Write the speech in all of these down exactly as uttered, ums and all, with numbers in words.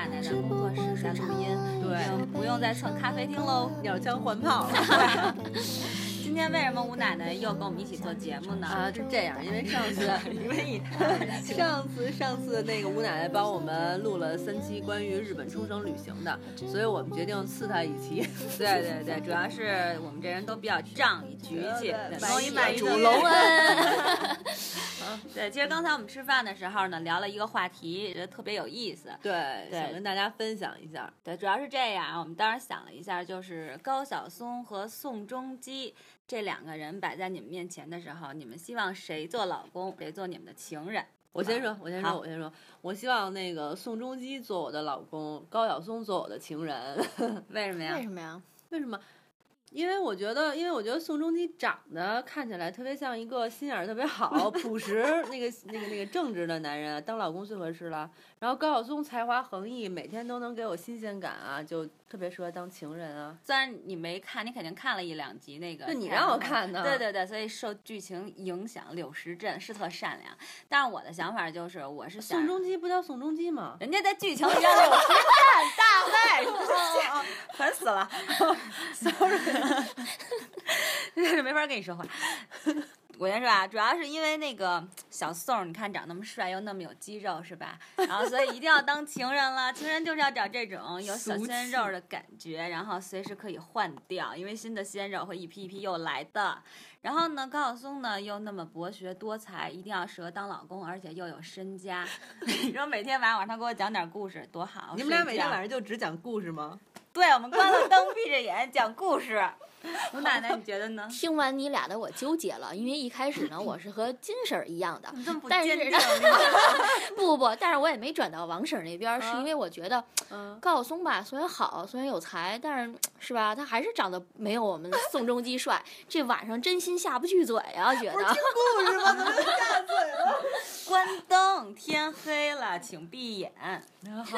奶奶的工作室在录音， 对， 不用再蹭咖啡厅喽， 鸟枪换炮了。今天为什么吴奶奶又跟我们一起做节目呢？ 啊，是这样，因为上次因为上次上次那个吴奶奶帮我们录了三期关于日本冲绳旅行的，所以我们决定赐她一期。 对对对，主要是我们这人都比较仗义局气， 容易买主隆恩。对，其实刚才我们吃饭的时候呢，聊了一个话题，觉得特别有意思。 对，想跟大家分享一下。 对，主要是这样，我们当时想了一下，就是高晓松和宋仲基这两个人摆在你们面前的时候，你们希望谁做老公，谁做你们的情人？ 我先说，我先说，我先说，我希望那个宋仲基做我的老公，高晓松做我的情人。 为什么呀？ 为什么呀？ 为什么？因为我觉得，因为我觉得宋仲基长得看起来特别像一个心眼儿特别好、朴实、那个、那个、那个正直的男人，当老公最合适了。然后高晓松才华横溢，每天都能给我新鲜感啊，就特别适合当情人啊。 虽然你没看，你肯定看了一两集那个， 就你让我看的。 对对对，所以受剧情影响，柳时镇是特善良。但是我的想法就是，我是想宋仲基不叫宋仲基吗？ 人家在剧情里叫柳时镇，大卫，烦死了。sorry。这没法跟你说话。我先说啊，主要是因为那个小宋，你看长那么帅又那么有肌肉，是吧？然后所以一定要当情人了。情人就是要找这种有小鲜肉的感觉，然后随时可以换掉，因为新的鲜肉会一批一批又来的。然后呢，高晓松呢又那么博学多才，一定要适合当老公，而且又有身家。你说每天晚上他给我讲点故事多好。 你们俩每天晚上就只讲故事吗？ 对，我们关了灯闭着眼讲故事。吴奶奶你觉得呢？ 听完你俩的我纠结了，因为一开始呢我是和金婶儿一样的， 你这么不但是不不不，但是我也没转到王婶儿那边，啊、是因为我觉得、嗯、高晓松吧虽然好虽然有才，但是是吧他还是长得没有我们宋仲基帅。这晚上真心下不去嘴啊，觉得。 不是听故事吗？怎么就下嘴了？ 关灯，天黑了，请闭眼。好。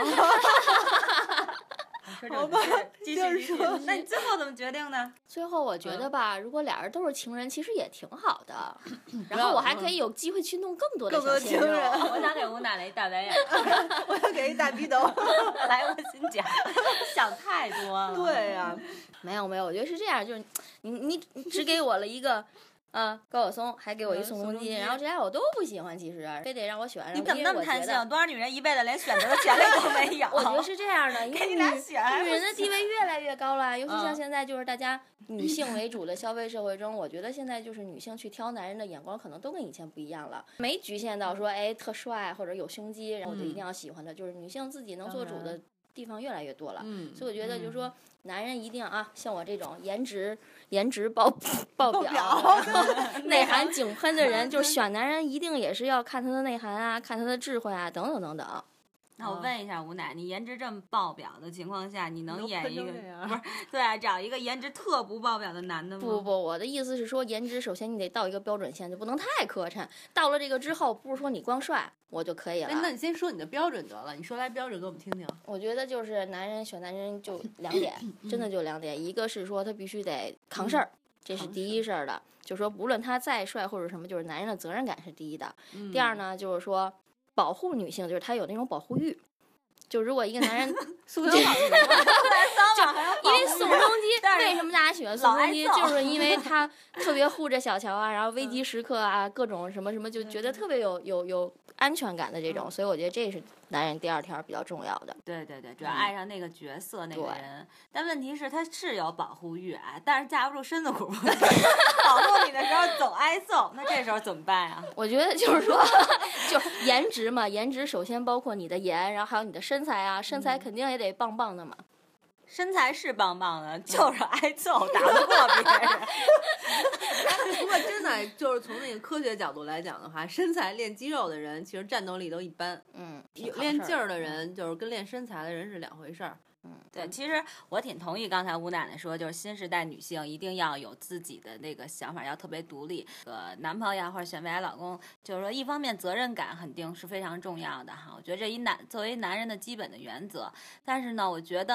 好吧， 继续说。那你最后怎么决定呢？ 最后我觉得吧，嗯、如果俩人都是情人，其实也挺好的。然后我还可以有机会去弄更多的小鲜肉。 我想给吴奶奶一大白眼， 我想给一大逼斗。 来，我先讲，想太多了。 对呀、啊， 没有没有，我觉得是这样，就是你你你只给我了一个。啊，高晓松还给我一宋仲基，然后这俩我都不喜欢，其实非得让我选。 你怎么那么贪心？多少女人一辈子连选择的权利都没有？ 我觉得是这样的，因为你俩选， 女人的地位越来越高了，尤其像现在就是大家女性为主的消费社会中，我觉得现在就是女性去挑男人的眼光可能都跟以前不一样了，没局限到说哎特帅或者有胸肌，然后我就一定要喜欢的，就是女性自己能做主的地方越来越多了， 嗯， 所以我觉得就是说，男人一定啊，像我这种颜值颜值爆爆表、内涵井喷的人，就是选男人一定也是要看他的内涵啊，看他的智慧啊，等等等等。 那我问一下吴奶，你颜值这么爆表的情况下，你能演一个不是？对啊，找一个颜值特不爆表的男的吗？ 不不，我的意思是说，颜值首先你得到一个标准线，就不能太磕碜。到了这个之后，不是说你光帅我就可以了。 那你先说你的标准得了，你说来标准给我们听听。 我觉得就是男人选男人就两点，真的就两点，一个是说他必须得扛事儿。嗯，这是第一事儿的，就是说无论他再帅或者什么，就是男人的责任感是第一的。嗯、第二呢，就是说保护女性，就是他有那种保护欲。就如果一个男人宋仲基，就因为宋仲基为什么大家喜欢宋仲基，就是因为他特别护着小乔啊，然后危机时刻啊，各种什么什么，就觉得特别有有有安全感的这种，所以我觉得这是男人第二条比较重要的。 对对对，主要爱上那个角色、嗯、那个人，但问题是他是有保护欲啊，但是架不住身子骨不行，保护你的时候总挨揍，那这时候怎么办啊？ 我觉得就是说，就是颜值嘛，颜值首先包括你的颜，然后还有你的身材啊，身材肯定也得棒棒的嘛。 身材是棒棒的，就是挨揍，打不过别人。 不过真的就是从那个科学角度来讲的话，身材练肌肉的人其实战斗力都一般。 嗯， 练劲儿的人就是跟练身材的人是两回事儿。 嗯，对，其实我挺同意刚才吴奶奶说，就是新时代女性一定要有自己的那个想法，要特别独立。呃，男朋友或者选未来老公，就是说一方面责任感肯定是非常重要的哈，我觉得这一男作为男人的基本的原则。但是呢，我觉得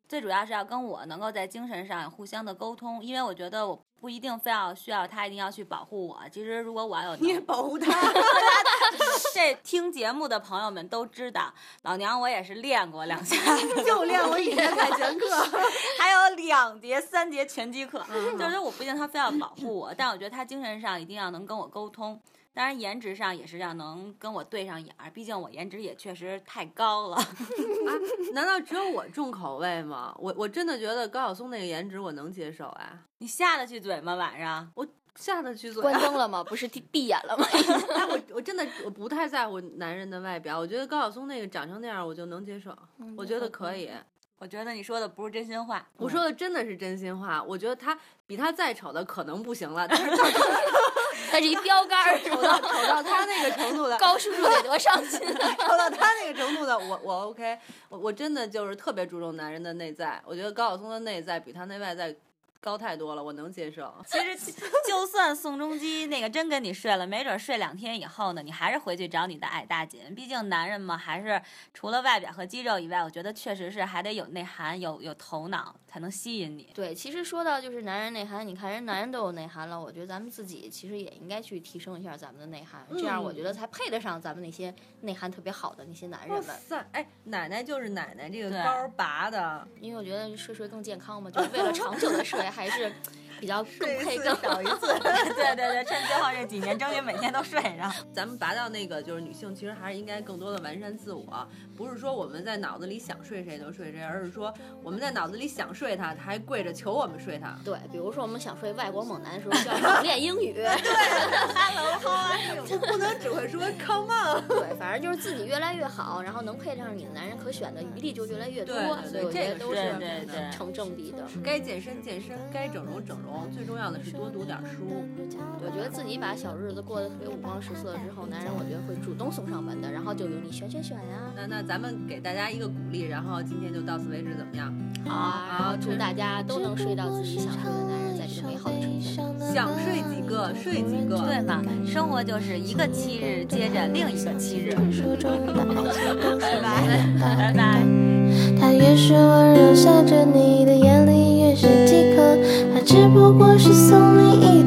最主要是要跟我能够在精神上互相的沟通，因为我觉得我不一定非要需要他一定要去保护我。其实如果我要有， 你也保护他。 这听节目的朋友们都知道，老娘我也是练过两下， 就练过一节跆拳课， 还有两节、三节拳击课。 嗯、 就是我不一定他非要保护我，但我觉得他精神上一定要能跟我沟通。当然，颜值上也是要能跟我对上眼儿，毕竟我颜值也确实太高了。啊， 难道只有我重口味吗？我我真的觉得高晓松那个颜值我能接受啊。 你下得去嘴吗？晚上我下得去嘴、啊。 关灯了吗？不是闭眼了吗？ 哎，我我真的我不太在乎男人的外表，我觉得高晓松那个长成那样我就能接受，嗯、我觉得可以。 我觉得你说的不是真心话， 我说的真的是真心话。我觉得他比他再丑的可能不行了，但是他是一标杆， 丑到丑到他那个程度的， 高叔叔得多伤心。 丑到他那个程度的，我我 OK， 我我真的就是特别注重男人的内在。我觉得高晓松的内在比他那外在高太多了，我能接受。 其实就算宋仲基那个真跟你睡了，没准睡两天以后呢，你还是回去找你的矮大紧。毕竟男人嘛，还是除了外表和肌肉以外，我觉得确实是还得有内涵，有有头脑才能吸引你。 对，其实说到就是男人内涵，你看人男人都有内涵了，我觉得咱们自己其实也应该去提升一下咱们的内涵， 嗯、 这样我觉得才配得上咱们那些内涵特别好的那些男人们。 哇塞，哎，奶奶就是奶奶，这个高拔的， 因为我觉得睡睡更健康嘛，就是为了长久的睡。还是比较更配更少一次， 对对对，趁最后这几年争取每天都睡上。 咱们拔到那个就是女性，其实还是应该更多的完善自我，不是说我们在脑子里想睡谁就睡谁，而是说我们在脑子里想睡他，他还跪着求我们睡他。 对，比如说我们想睡外国猛男的时候，就要猛练英语。 对 ，Hello how are you？ 不能只会说 Come on。 对，反正就是自己越来越好，然后能配上你的男人，可选的余地就越来越多。 对对对， 所以我觉得都是对对成正比的。 该健身健身，该整容整容，最重要的是多读点书。 我觉得自己把小日子过得特别五光十色之后，男人我觉得会主动送上门的，然后就由你选选选呀。 那那咱们给大家一个鼓励，然后今天就到此为止，怎么样？ 好啊，然后祝大家都能睡到自己想睡的男人，在这个美好的春天。 想睡几个睡几个， 对嘛？生活就是一个七日接着另一个七日。拜拜，拜拜。 他越是温柔笑着，你的眼里越是饥渴，他只不过是送你一